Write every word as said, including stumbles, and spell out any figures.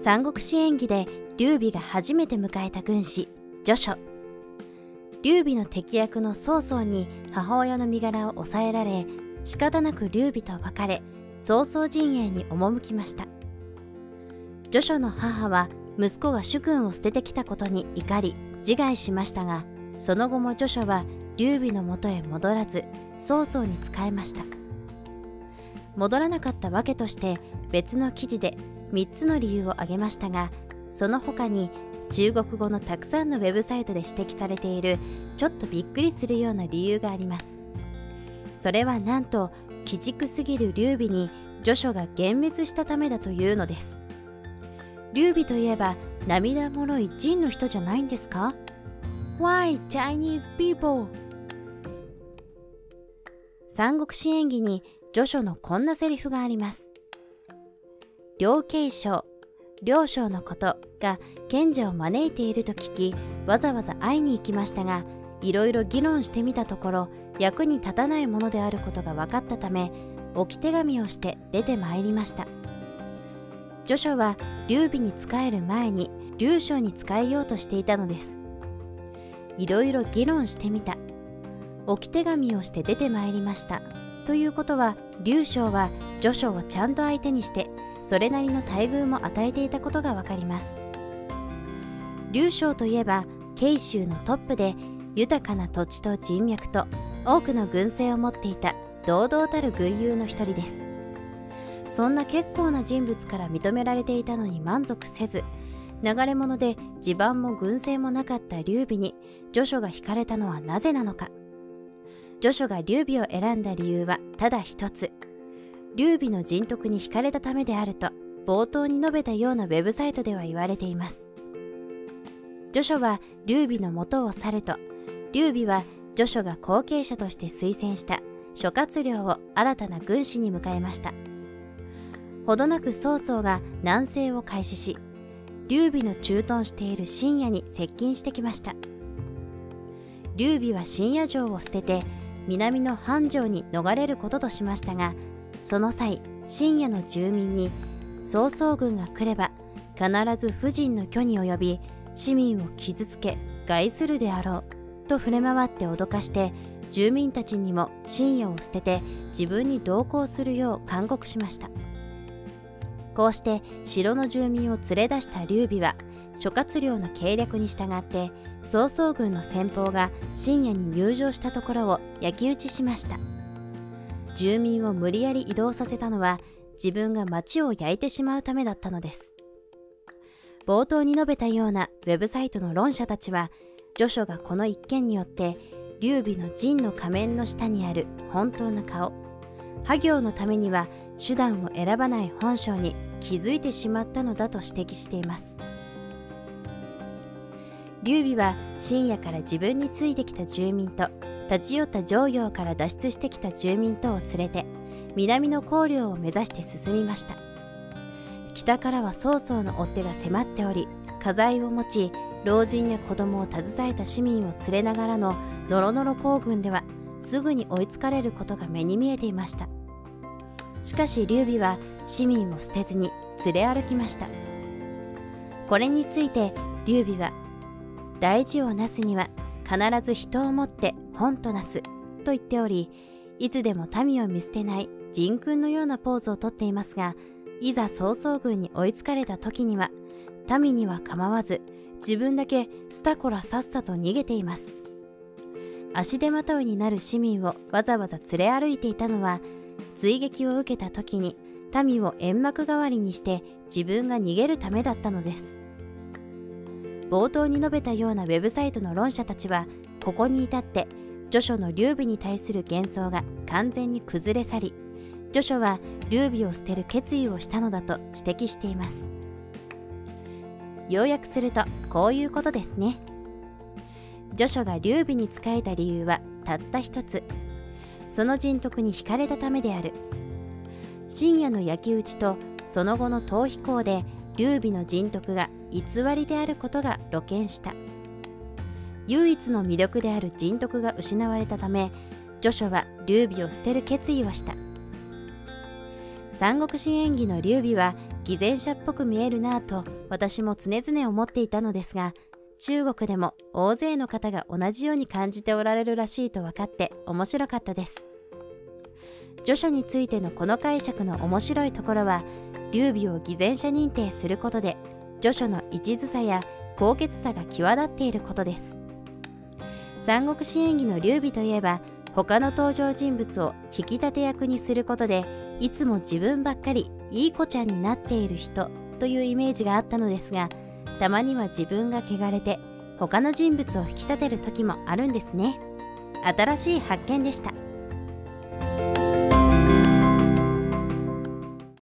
三国志演義で劉備が初めて迎えた軍師徐書。劉備の敵役の曹操に母親の身柄を抑えられ、仕方なく劉備と別れ、曹操陣営に赴きました。徐書の母は息子が主君を捨ててきたことに怒り自害しましたが、その後も徐書は劉備のもとへ戻らず曹操に仕えました。戻らなかったわけとして別の記事でみっつの理由を挙げましたが、その他に中国語のたくさんのウェブサイトで指摘されているちょっとびっくりするような理由があります。それはなんと鬼畜すぎる劉備に徐書が幻滅したためだというのです。劉備といえば涙もろい仁の人じゃないんですか？ Why Chinese people? 三国志演義に徐書のこんなセリフがあります。両慶将、両将のことが賢者を招いていると聞き、わざわざ会いに行きましたが、いろいろ議論してみたところ、役に立たないものであることが分かったため、置き手紙をして出てまいりました。徐書は劉備に仕える前に劉将に仕えようとしていたのです。いろいろ議論してみた、置き手紙をして出てまいりましたということは、劉将は徐書をちゃんと相手にしてそれなりの待遇も与えていたことがわかります。劉将といえば慶州のトップで、豊かな土地と人脈と多くの軍勢を持っていた堂々たる軍友の一人です。そんな結構な人物から認められていたのに満足せず、流れ者で地盤も軍勢もなかった劉備に徐書が惹かれたのはなぜなのか。徐書が劉備を選んだ理由はただ一つ、劉備の人徳に惹かれたためであると冒頭に述べたようなウェブサイトでは言われています。徐書は劉備の元を去ると、劉備は徐書が後継者として推薦した諸葛亮を新たな軍師に迎えました。ほどなく曹操が南征を開始し、劉備の駐屯している信夜に接近してきました。劉備は信夜城を捨てて南の半城に逃れることとしましたが、その際信夜の住民に曹操軍が来れば必ず婦人の居に及び市民を傷つけ害するであろうと触れ回って脅かして、住民たちにも信夜を捨てて自分に同行するよう勧告しました。こうして城の住民を連れ出した劉備は諸葛亮の計略に従って曹操軍の先鋒が信夜に入城したところを焼き討ちしました。住民を無理やり移動させたのは自分が町を焼いてしまうためだったのです。冒頭に述べたようなウェブサイトの論者たちは、徐書がこの一件によって劉備の仁の仮面の下にある本当の顔、覇業のためには手段を選ばない本性に気づいてしまったのだと指摘しています。劉備は深夜から自分についてきた住民と立ち寄った城陽から脱出してきた住民とを連れて南の公領を目指して進みました。北からは曹操の追っ手が迫っており、家財を持ち老人や子供を携えた市民を連れながらのノロノロ行軍ではすぐに追いつかれることが目に見えていました。しかし劉備は市民を捨てずに連れ歩きました。これについて劉備は、大事をなすには必ず人をもって本となすと言っており、いつでも民を見捨てない仁君のようなポーズをとっていますが、いざ曹操軍に追いつかれた時には民には構わず自分だけスタコラさっさと逃げています。足手まといになる市民をわざわざ連れ歩いていたのは、追撃を受けた時に民を煙幕代わりにして自分が逃げるためだったのです。冒頭に述べたようなウェブサイトの論者たちは、ここに至って徐書の劉備に対する幻想が完全に崩れ去り、徐書は劉備を捨てる決意をしたのだと指摘しています。要約するとこういうことですね。徐書が劉備に仕えた理由はたった一つ、その人徳に惹かれたためである。深夜の焼き討ちとその後の逃避行で劉備の人徳が偽りであることが露見した。唯一の魅力である人徳が失われたため、徐書は劉備を捨てる決意をした。 三国志演義の劉備は偽善者っぽく見えるなぁと私も常々思っていたのですが、中国でも大勢の方が同じように感じておられるらしいと分かって面白かったです。序書についてのこの解釈の面白いところは、劉備を偽善者認定することで序書の一途さや高潔さが際立っていることです。三国志演義の劉備といえば、他の登場人物を引き立て役にすることでいつも自分ばっかりいい子ちゃんになっている人というイメージがあったのですが、たまには自分が汚れて他の人物を引き立てる時もあるんですね。新しい発見でした。